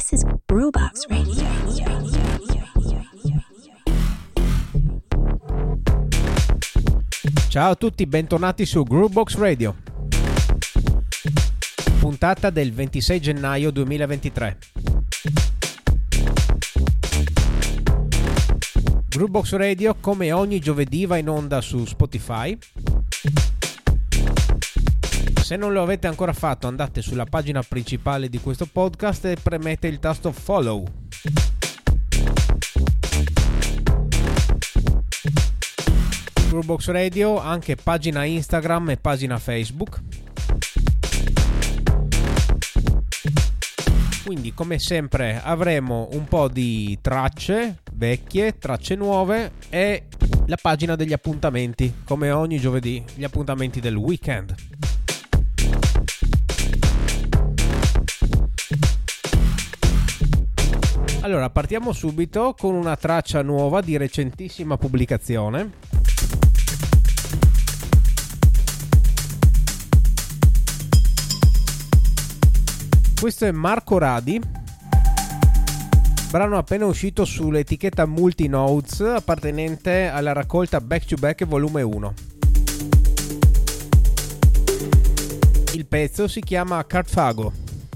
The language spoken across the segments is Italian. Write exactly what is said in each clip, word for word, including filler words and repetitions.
This is Brewbox Radio. Ciao a tutti, bentornati su Brewbox Radio. Puntata del ventisei gennaio duemilaventitré. Brewbox Radio, come ogni giovedì, va in onda su Spotify. Se non lo avete ancora fatto, andate sulla pagina principale di questo podcast e premete il tasto follow. Brewbox Radio, anche pagina Instagram e pagina Facebook. Quindi, come sempre, avremo un po' di tracce vecchie, tracce nuove e la pagina degli appuntamenti, come ogni giovedì, gli appuntamenti del weekend. Allora, partiamo subito con una traccia nuova di recentissima pubblicazione. Questo è Marco Radi, brano appena uscito sull'etichetta Multinodes appartenente alla raccolta Back to Back volume uno. Il pezzo si chiama Carthago.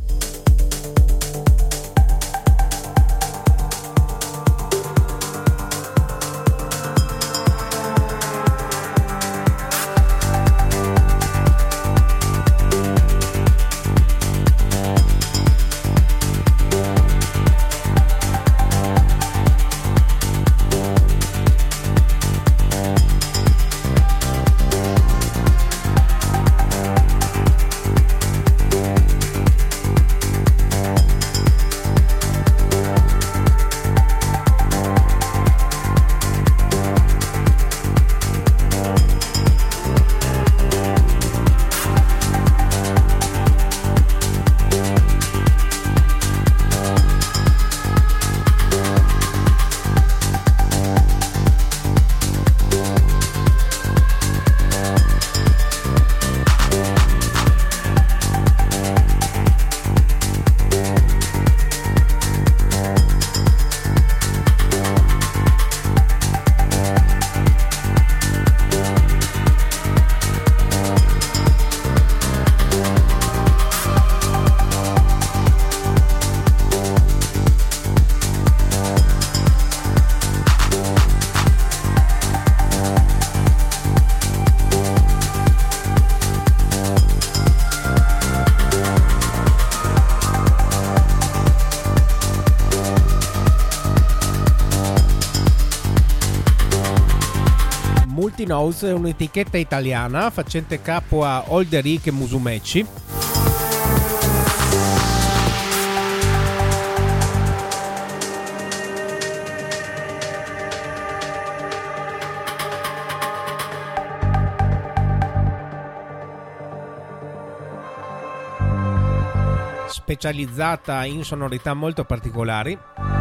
Multinodes è un'etichetta italiana facente capo a Olderik e Musumeci. Specializzata in sonorità molto particolari.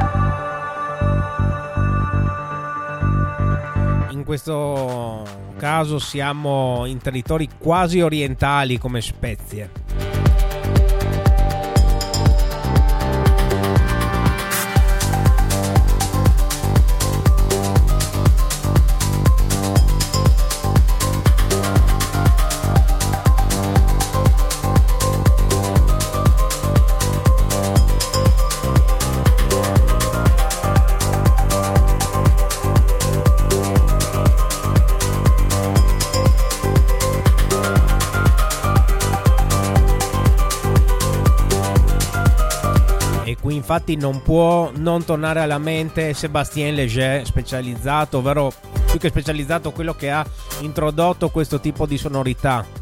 In questo caso siamo in territori quasi orientali come spezie. Infatti non può non tornare alla mente Sébastien Léger, specializzato, ovvero più che specializzato quello che ha introdotto questo tipo di sonorità.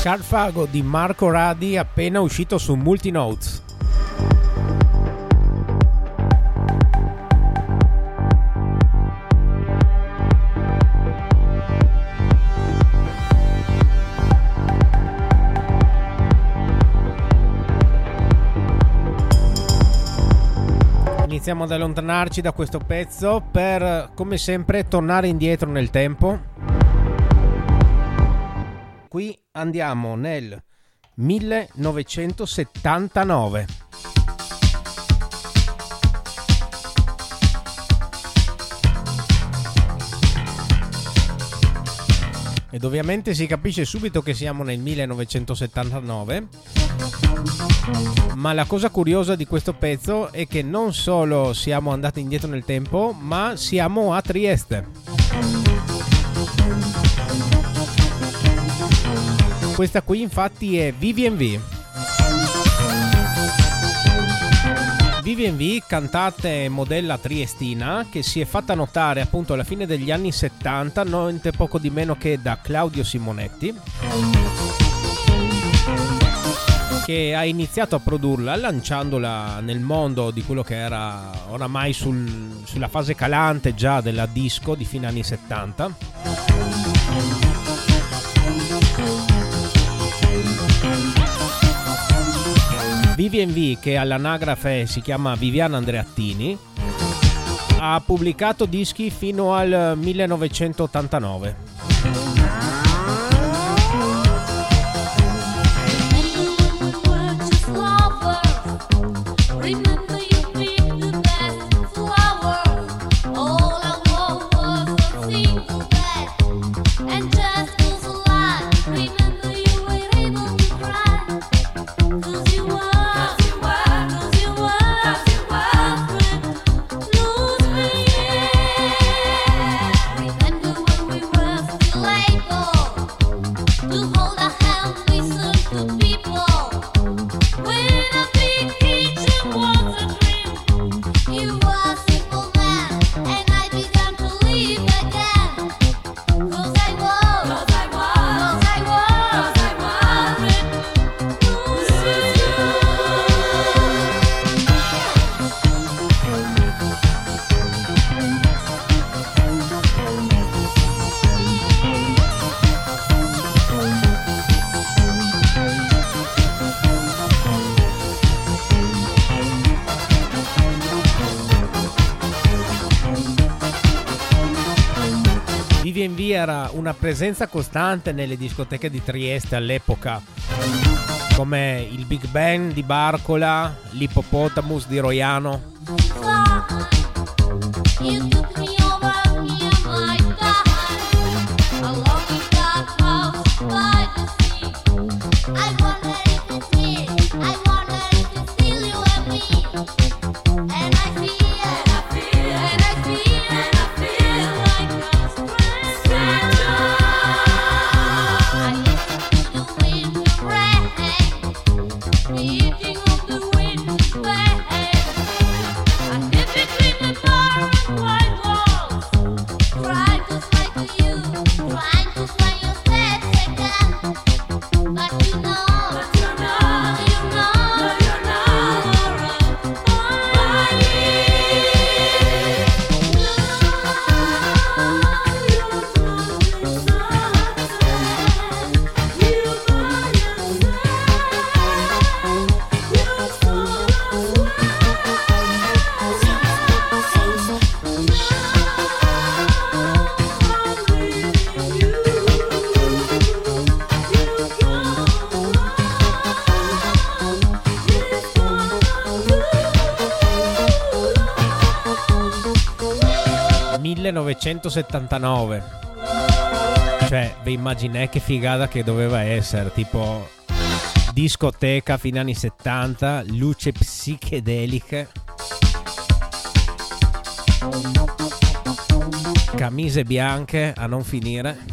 Sarfago di Marco Radi, appena uscito su Multinotes. Iniziamo ad allontanarci da questo pezzo per, come sempre, tornare indietro nel tempo. Qui andiamo nel millenovecentosettantanove. Ed ovviamente si capisce subito che siamo nel millenovecentosettantanove, ma la cosa curiosa di questo pezzo è che non solo siamo andati indietro nel tempo, ma siamo a Trieste. Questa qui infatti è Vivien V. Vivien V, cantante e modella triestina che si è fatta notare appunto alla fine degli anni settanta, niente poco di meno che da Claudio Simonetti, che ha iniziato a produrla lanciandola nel mondo di quello che era oramai sul, sulla fase calante già della disco di fine anni settanta. Vivien V, che all'anagrafe si chiama Viviana Andreattini, ha pubblicato dischi fino al millenovecentottantanove. Vivien V era una presenza costante nelle discoteche di Trieste all'epoca, come il Big Ben di Barcola, l'Hippopotamus di Roiano. millenovecentosettantanove, cioè vi immaginate che figata che doveva essere, tipo discoteca fine anni settanta, luce psichedeliche, camisie bianche a non finire.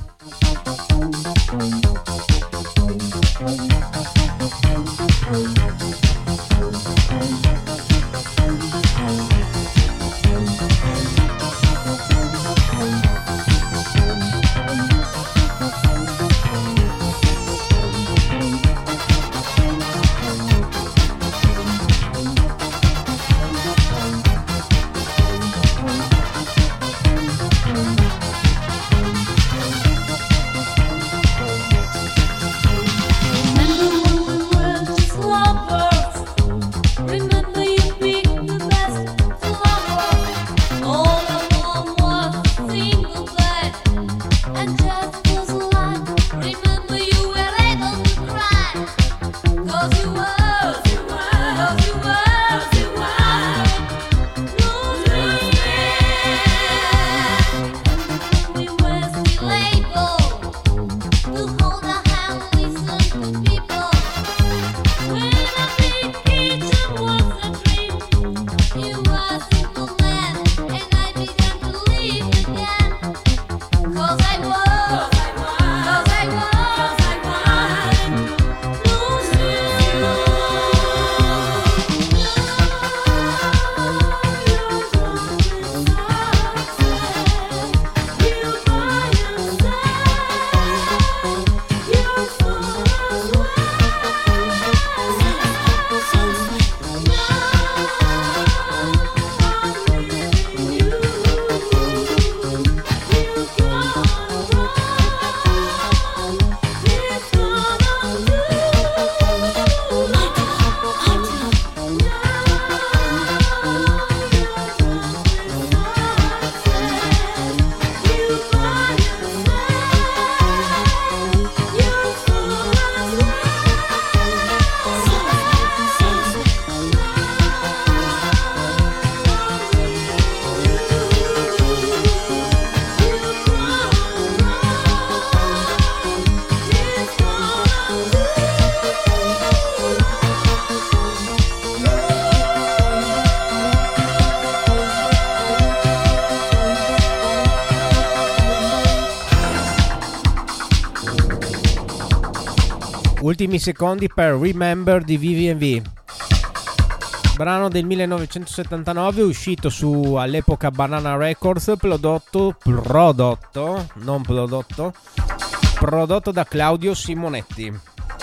Ultimi secondi per Remember di V V and V, brano del millenovecentosettantanove uscito su all'epoca Banana Records, prodotto, prodotto, non prodotto, prodotto da Claudio Simonetti.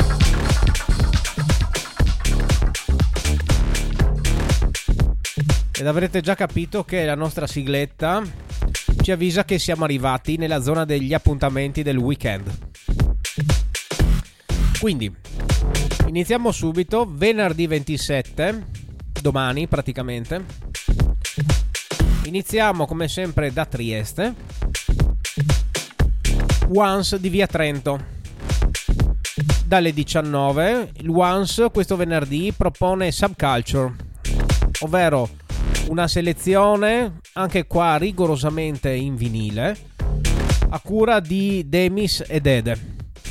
Ed avrete già capito che la nostra sigletta ci avvisa che siamo arrivati nella zona degli appuntamenti del weekend. Quindi iniziamo subito, venerdì ventisette, domani praticamente. Iniziamo come sempre da Trieste, Once di Via Trento. Dalle diciannove il Once questo venerdì propone Subculture, ovvero una selezione anche qua rigorosamente in vinile a cura di Demis ed Ede.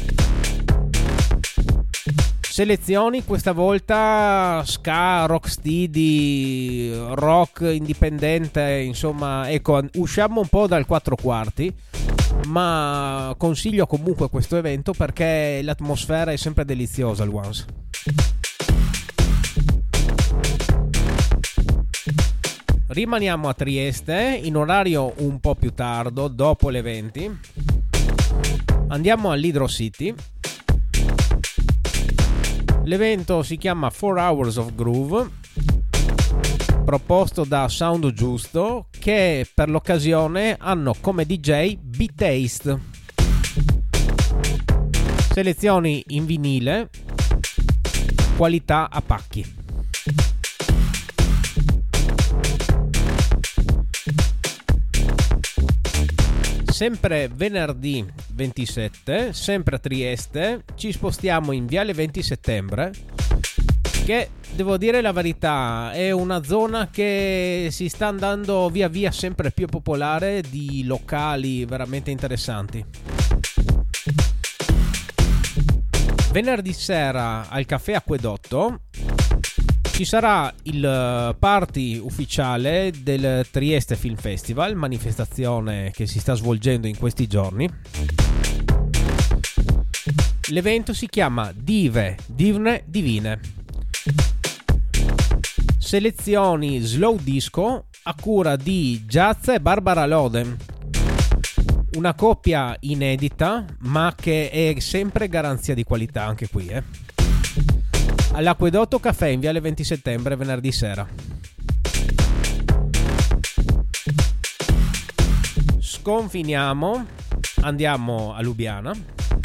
Selezioni questa volta ska, rocksteady, rock indipendente, insomma, ecco, usciamo un po' dal quattro quarti, ma consiglio comunque questo evento perché l'atmosfera è sempre deliziosa al Once. Rimaniamo a Trieste in orario un po' più tardo, dopo le venti. Andiamo all'Hydro City. L'evento si chiama four hours of Groove, proposto da Sound Giusto, che per l'occasione hanno come D J B-Taste. Selezioni in vinile, qualità a pacchi. Sempre venerdì ventisette, sempre a Trieste, ci spostiamo in Viale venti Settembre, che devo dire la verità è una zona che si sta andando via via sempre più popolare di locali veramente interessanti. Venerdì sera al Caffè Acquedotto ci sarà il party ufficiale del Trieste Film Festival, manifestazione che si sta svolgendo in questi giorni. L'evento si chiama Dive, Divne, Divine. Selezioni slow disco a cura di Jazz e Barbara Loden. Una coppia inedita, ma che è sempre garanzia di qualità anche qui, eh. All'Acquedotto Caffè in Viale venti Settembre venerdì sera. Sconfiniamo, andiamo a Lubiana.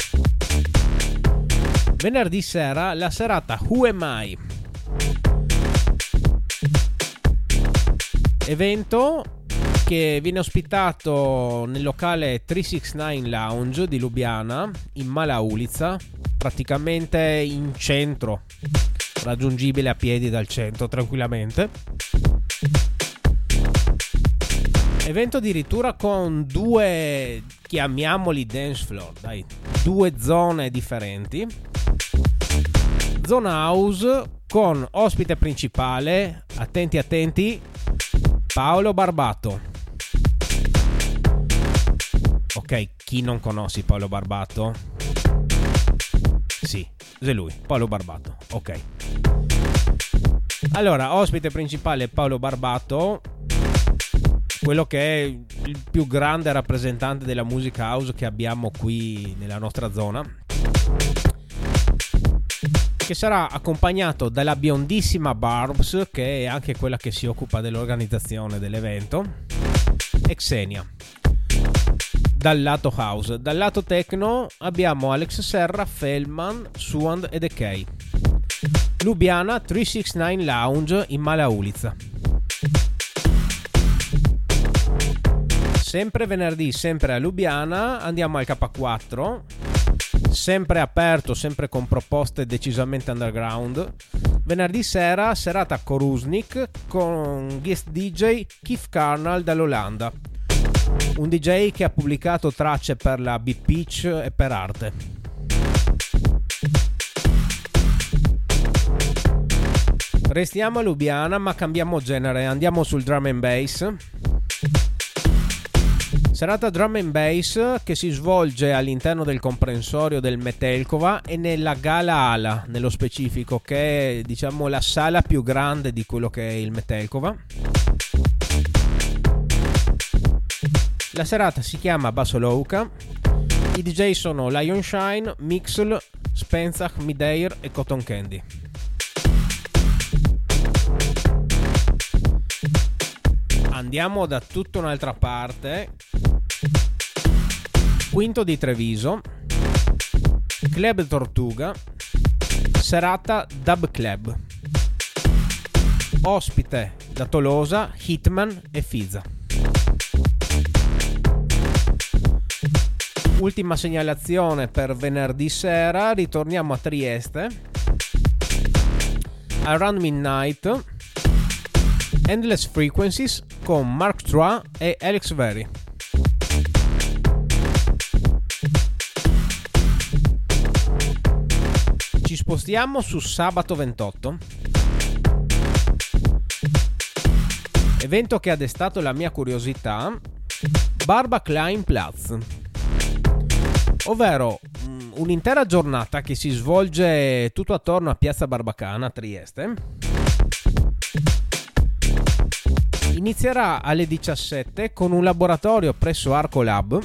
Venerdì sera la serata Who Am I? Evento che viene ospitato nel locale trecentosessantanove Lounge di Lubiana in Mala Ulica, praticamente in centro, raggiungibile a piedi dal centro tranquillamente. Evento addirittura con due, chiamiamoli dance floor, dai, due zone differenti. Zona house con ospite principale, attenti attenti, Paolo Barbato. Ok, chi non conosce Paolo Barbato? Sì, è lui, Paolo Barbato. Ok. Allora, ospite principale Paolo Barbato, quello che è il più grande rappresentante della musica house che abbiamo qui nella nostra zona, che sarà accompagnato dalla biondissima Barbs, che è anche quella che si occupa dell'organizzazione dell'evento, e Xenia. Dal lato house, dal lato techno abbiamo Alex Serra, Feldman, Suand e Decay. Lubiana trecentosessantanove Lounge in Mala Ulica. Sempre venerdì, sempre a Lubiana, andiamo al K quattro, sempre aperto, sempre con proposte decisamente underground. Venerdì sera, serata Korusnik con guest D J Keith Carnal dall'Olanda, un D J che ha pubblicato tracce per la Big Peach e per Arte. Restiamo a Lubiana ma cambiamo genere, andiamo sul drum and bass. Serata drum and bass che si svolge all'interno del comprensorio del Metelkova e nella Gala Ala, nello specifico, che è, diciamo, la sala più grande di quello che è il Metelkova. La serata si chiama Basolovka. I D J sono Lion Shine, Mixel, Spenzach, Midair e Cotton Candy. Andiamo da tutta un'altra parte. Quinto di Treviso, Club Tortuga, serata Dub Club. Ospite da Tolosa, Hitman e Fizza. Ultima segnalazione per venerdì sera, ritorniamo a Trieste. Around Midnight, Endless Frequencies con Mark Trois e Alex Very. Ci spostiamo su sabato ventotto, evento che ha destato la mia curiosità, Barbaclan-Platz, ovvero un'intera giornata che si svolge tutto attorno a Piazza Barbacana a Trieste. Inizierà alle diciassette con un laboratorio presso Arco Lab,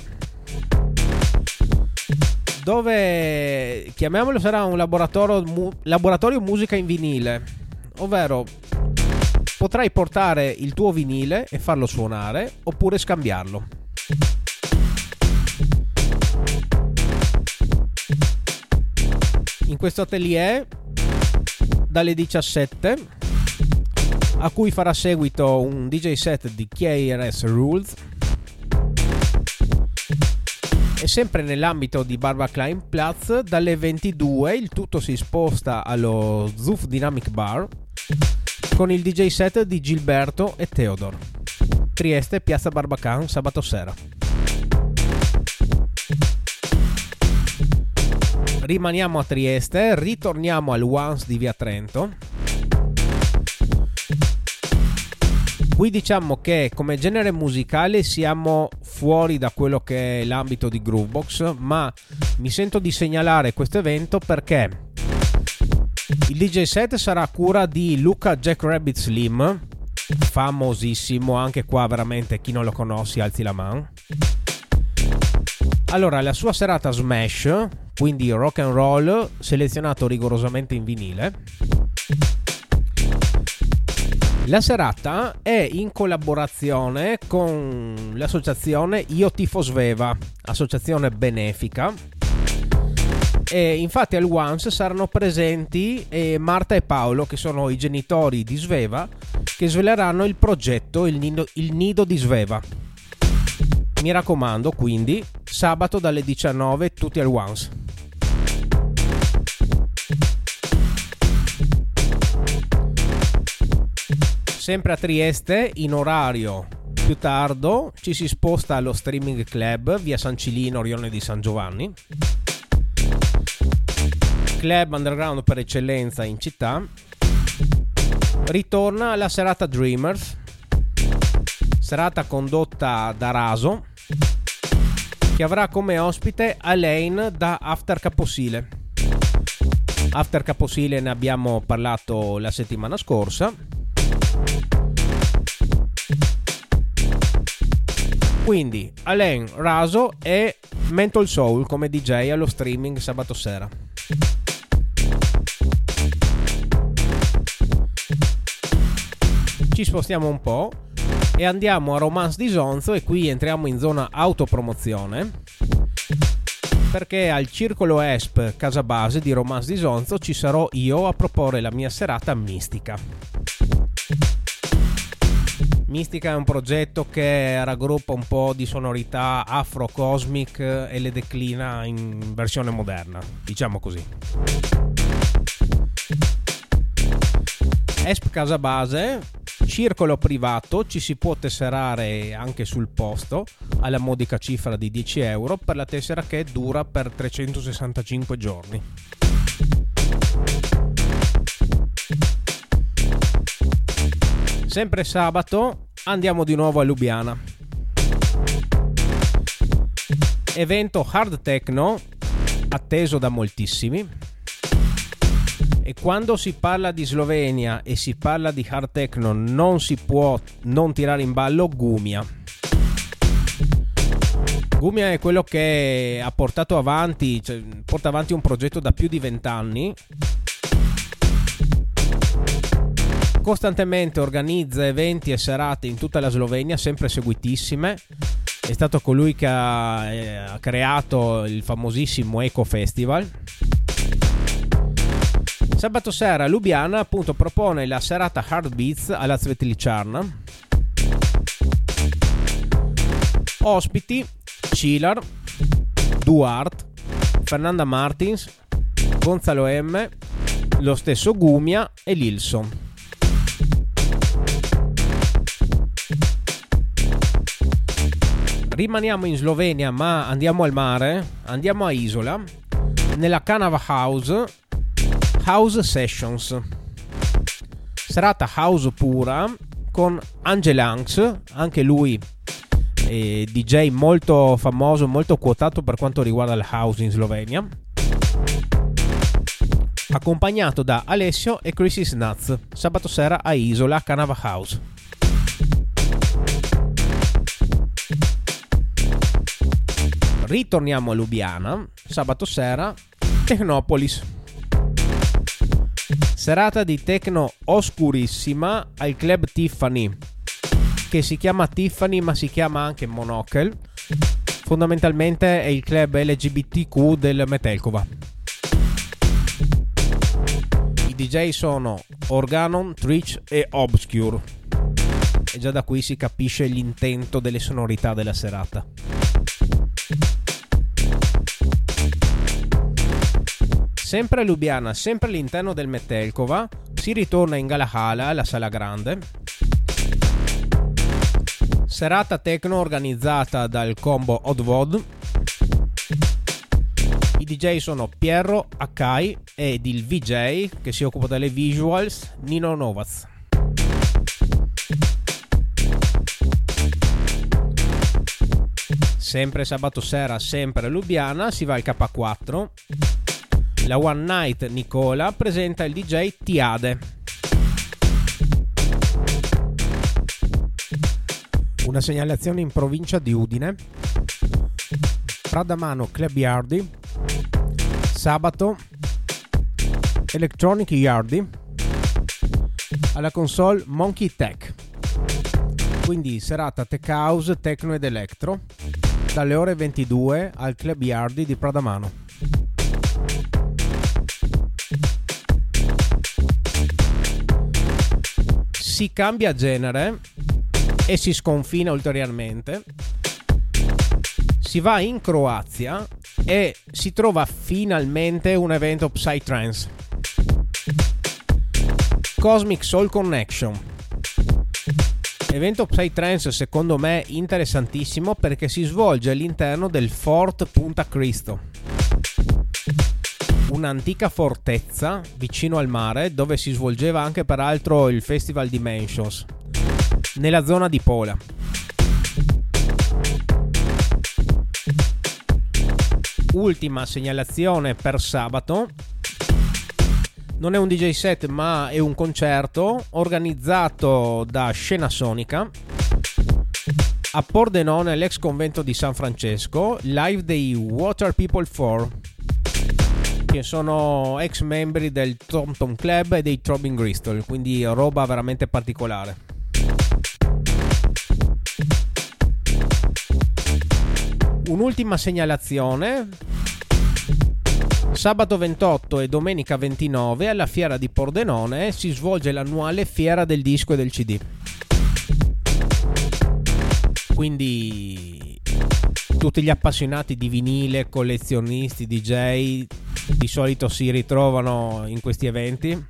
dove, chiamiamolo, sarà un laboratorio, mu- laboratorio musica in vinile, ovvero potrai portare il tuo vinile e farlo suonare oppure scambiarlo. In questo atelier dalle diciassette, a cui farà seguito un D J set di K R S Rules, e sempre nell'ambito di Barbaclan-Platz dalle ventidue il tutto si sposta allo Zuf Dynamic Bar con il D J set di Gilberto e Theodore. Trieste, Piazza Barbacan, sabato sera. Rimaniamo a Trieste, ritorniamo al Once di Via Trento. Qui diciamo che come genere musicale siamo fuori da quello che è l'ambito di Groovebox, ma mi sento di segnalare questo evento perché il D J set sarà a cura di Luca Jack Rabbit Slim, famosissimo, anche qua veramente chi non lo conosce alzi la mano. Allora, la sua serata Smash, quindi rock and roll selezionato rigorosamente in vinile. La serata è in collaborazione con l'associazione Io Tifo Sveva, associazione benefica, e infatti al Once saranno presenti eh, Marta e Paolo, che sono i genitori di Sveva, che sveleranno il progetto Il Nido, il Nido di Sveva. Mi raccomando, quindi sabato dalle diciannove tutti al Once. Sempre a Trieste, in orario più tardo, ci si sposta allo Streaming Club, via San Cilino, Rione di San Giovanni. Club underground per eccellenza in città. Ritorna la serata Dreamers, serata condotta da Raso, che avrà come ospite Alain da After Caposile. After Caposile ne abbiamo parlato la settimana scorsa. Quindi Alain, Raso e Mental Soul come D J allo Streaming sabato sera. Ci spostiamo un po' e andiamo a Romance di Sonzo, e qui entriamo in zona autopromozione, perché al Circolo E S P Casa Base di Romance di Sonzo ci sarò io a proporre la mia serata mistica. Mistica è un progetto che raggruppa un po' di sonorità afro-cosmic e le declina in versione moderna, diciamo così. E S P Casa Base, circolo privato, ci si può tesserare anche sul posto alla modica cifra di dieci euro per la tessera, che dura per trecentosessantacinque giorni. Sempre sabato andiamo di nuovo a Lubiana. evento hard techno atteso da moltissimi, e quando si parla di Slovenia e si parla di hard techno non si può non tirare in ballo Gumia. Gumia è quello che ha portato avanti, cioè, porta avanti un progetto da più di vent'anni. Costantemente organizza eventi e serate in tutta la Slovenia, sempre seguitissime. È stato colui che ha, eh, ha creato il famosissimo Eco Festival. Sabato sera a Lubiana appunto propone la serata Hard Beats alla Svetličarna. Ospiti Cilar, Duarte, Fernanda Martins, Gonzalo M, lo stesso Gumia e Lilson. Rimaniamo in Slovenia ma andiamo al mare, andiamo a Isola, nella Canava House, House Sessions. Serata house pura con Angel Hanks, anche lui eh, D J molto famoso, molto quotato per quanto riguarda il house in Slovenia, accompagnato da Alessio e Chrissy Nuts. Sabato sera a Isola, Canava House. Ritorniamo a Lubiana, sabato sera, Technopolis. Serata di techno oscurissima al club Tiffany, che si chiama Tiffany ma si chiama anche Monocle. Fondamentalmente è il club L G B T Q del Metelkova. I D J sono Organon, Trich e Obscure, e già da qui si capisce l'intento delle sonorità della serata. Sempre a Lubiana, sempre all'interno del Metelkova, si ritorna in Galahala, la sala grande. Serata techno organizzata dal combo Odvod. I D J sono Pierro Akai ed il V J che si occupa delle visuals, Nino Novaz. Sempre sabato sera, sempre a Lubiana, si va al K quattro. La One Night Nicola presenta il D J Tiade. Una segnalazione in provincia di Udine. Pradamano Club Yardi. Sabato Electronic Yardi. Alla console Monkey Tech. Quindi serata tech house, techno ed electro dalle ore ventidue al Club Yardi di Pradamano. Si cambia genere e si sconfina ulteriormente. Si va in Croazia e si trova finalmente un evento Psytrance. Cosmic Soul Connection. Evento Psytrance secondo me interessantissimo perché si svolge all'interno del Fort Punta Cristo, un'antica fortezza vicino al mare dove si svolgeva anche peraltro il Festival Dimensions, nella zona di Pola. Ultima segnalazione per sabato. Non è un D J set ma è un concerto organizzato da Scena Sonica a Pordenone, l'ex convento di San Francesco, live dei Water People quattro, che sono ex membri del Tom Tom Club e dei Throbbing Gristle, quindi roba veramente particolare. Un'ultima segnalazione: sabato ventotto e domenica ventinove alla Fiera di Pordenone si svolge l'annuale Fiera del Disco e del C D. Quindi tutti gli appassionati di vinile, collezionisti, D J di solito si ritrovano in questi eventi.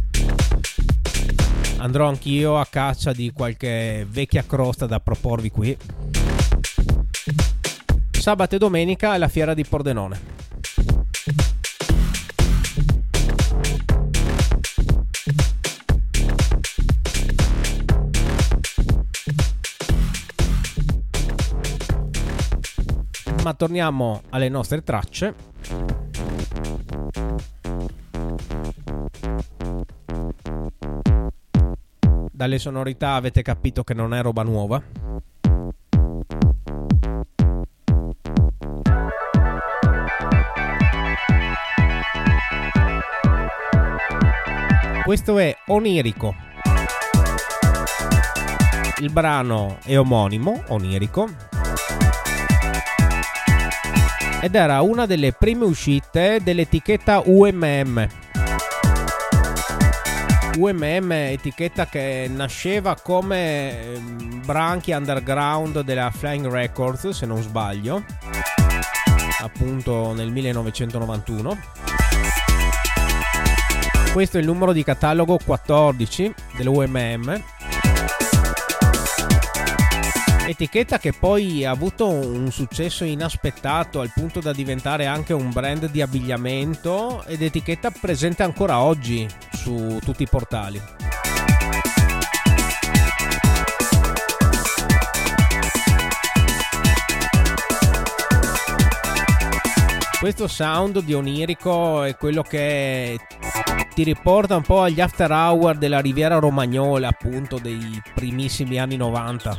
Andrò anch'io a caccia di qualche vecchia crosta da proporvi qui. Sabato e domenica alla Fiera di Pordenone. Ma ma torniamo alle nostre tracce. Dalle sonorità avete capito che non è roba nuova. Questo è Onirico. Il brano è omonimo, Onirico, ed era una delle prime uscite dell'etichetta U M M. U M M, etichetta che nasceva come branchia underground della Flying Records, se non sbaglio, appunto nel millenovecentonovantuno. Questo è il numero di catalogo quattordici dell'U M M, etichetta che poi ha avuto un successo inaspettato al punto da diventare anche un brand di abbigliamento, ed etichetta presente ancora oggi su tutti i portali. Questo sound di Onirico è quello che ti riporta un po' agli after hour della Riviera Romagnola, appunto dei primissimi anni novanta.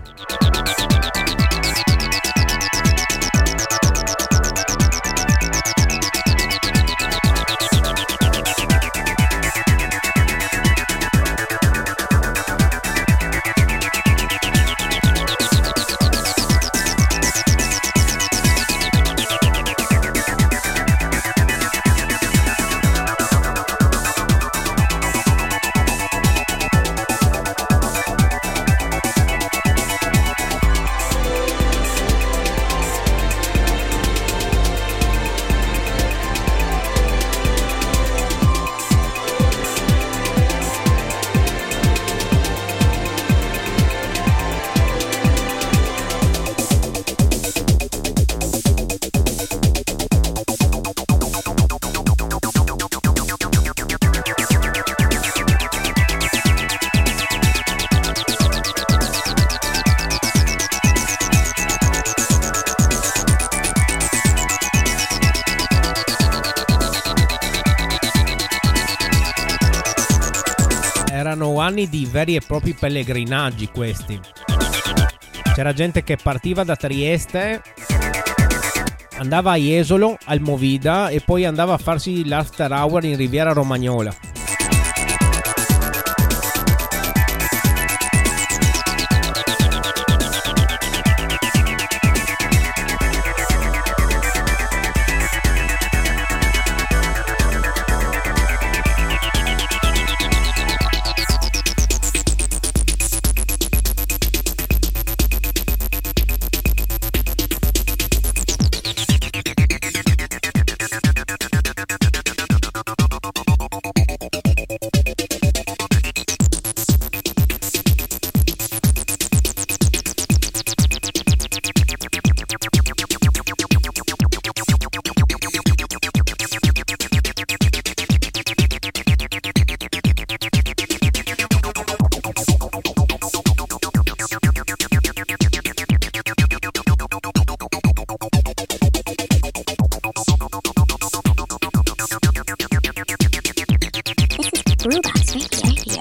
Erano anni di veri e propri pellegrinaggi questi. C'era gente che partiva da Trieste, andava a Jesolo, al Movida, e poi andava a farsi l'after hour in Riviera Romagnola. Brewbox Radio.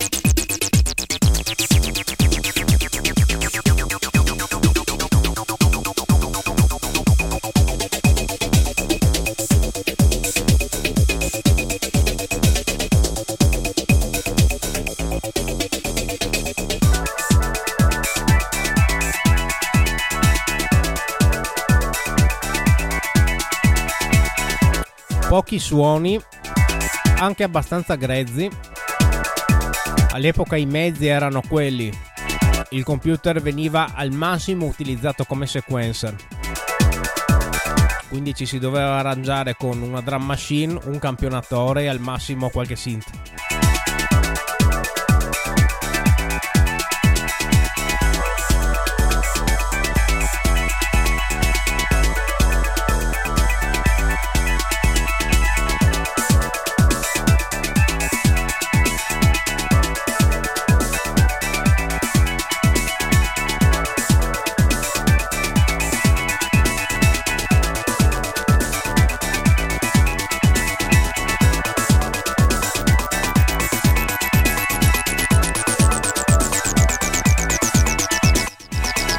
Pochi suoni, anche abbastanza grezzi. All'epoca i mezzi erano quelli. Il computer veniva al massimo utilizzato come sequencer, quindi ci si doveva arrangiare con una drum machine, un campionatore e al massimo qualche synth.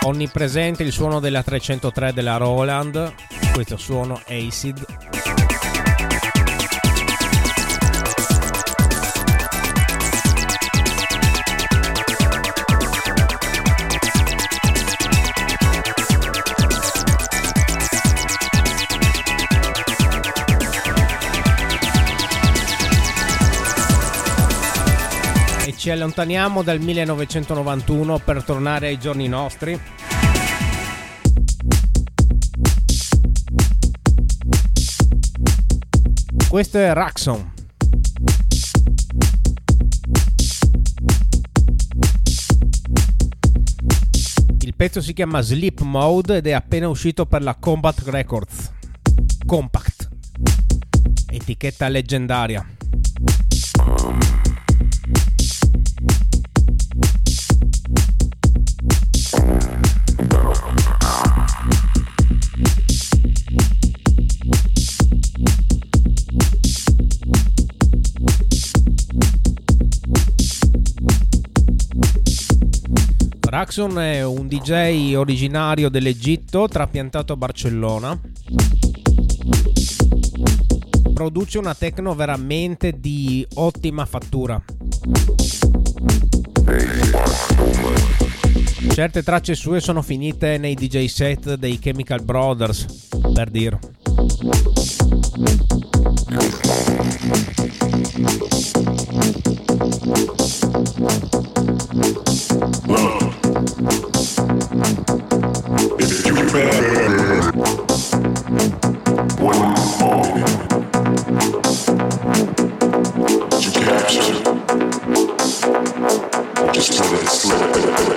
Onnipresente il suono della trecentotré della Roland, questo suono acid. Ci allontaniamo dal millenovecentonovantuno per tornare ai giorni nostri. Questo è Raxon. Il pezzo si chiama Sleep Mode ed è appena uscito per la Combat Records. Compact. Etichetta leggendaria. Raxon è un D J originario dell'Egitto, trapiantato a Barcellona. Produce una techno veramente di ottima fattura. Certe tracce sue sono finite nei D J set dei Chemical Brothers, per dire. If you remember one moment you captured, just let it slip.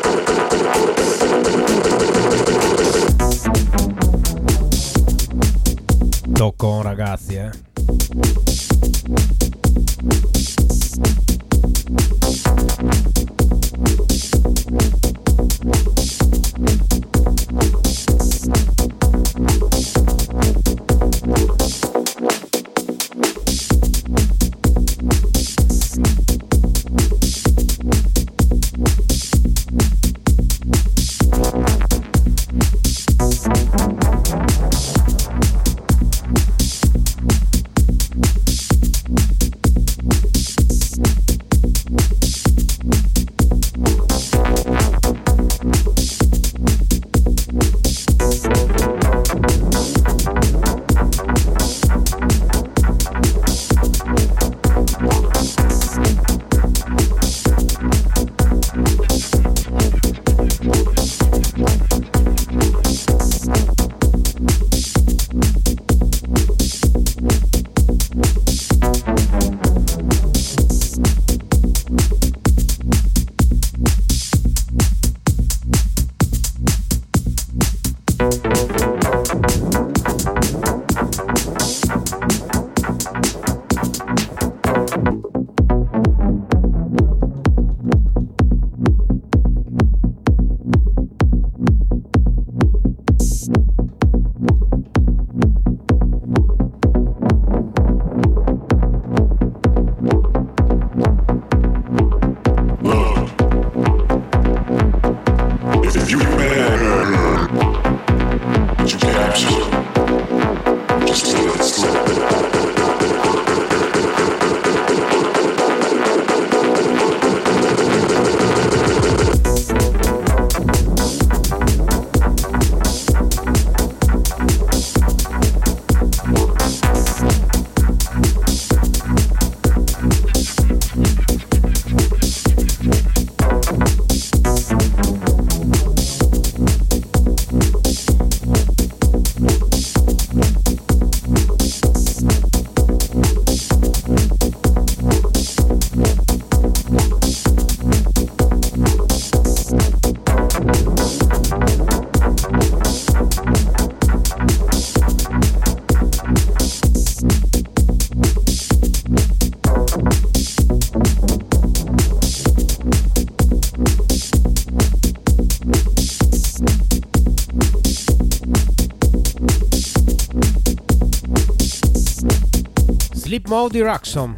Toccon, ragazzi, eh. Sleep Mode di Raxon,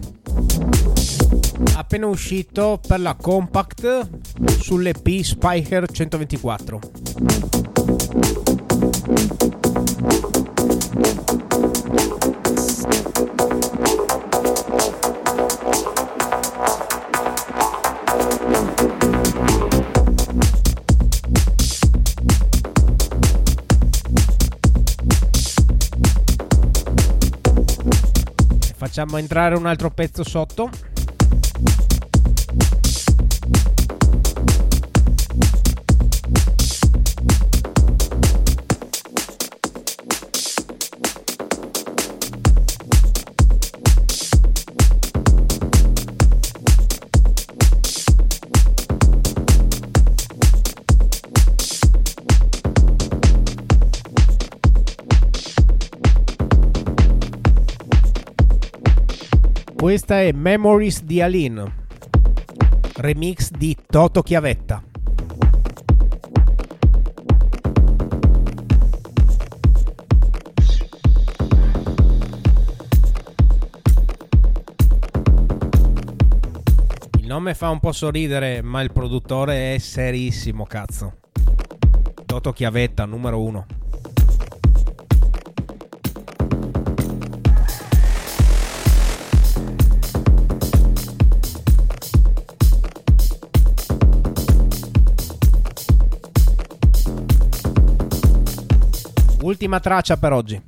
appena uscito per la Compact sull'E P Spiker centoventiquattro. Facciamo entrare un altro pezzo sotto. Questa è Memories di Aline, remix di Toto Chiavetta. Il nome fa un po' sorridere, ma il produttore è serissimo, cazzo. Toto Chiavetta, numero uno. Ultima traccia per oggi.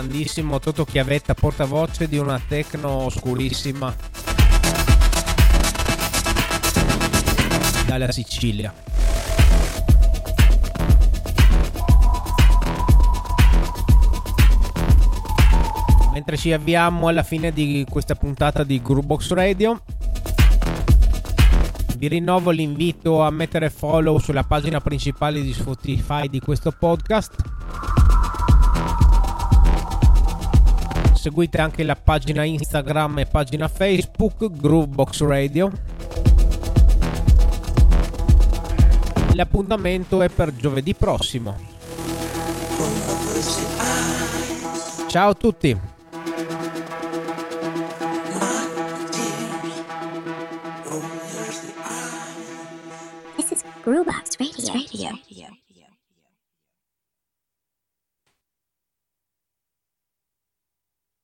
grandissimo Toto Chiavetta, portavoce di una techno oscurissima dalla Sicilia. Mentre ci avviamo alla fine di questa puntata di Groovebox Radio, vi rinnovo l'invito a mettere follow sulla pagina principale di Spotify di questo podcast. Seguite anche la pagina Instagram e pagina Facebook Groovebox Radio. L'appuntamento è per giovedì prossimo. Ciao a tutti. This is Groovebox Radio. Radio.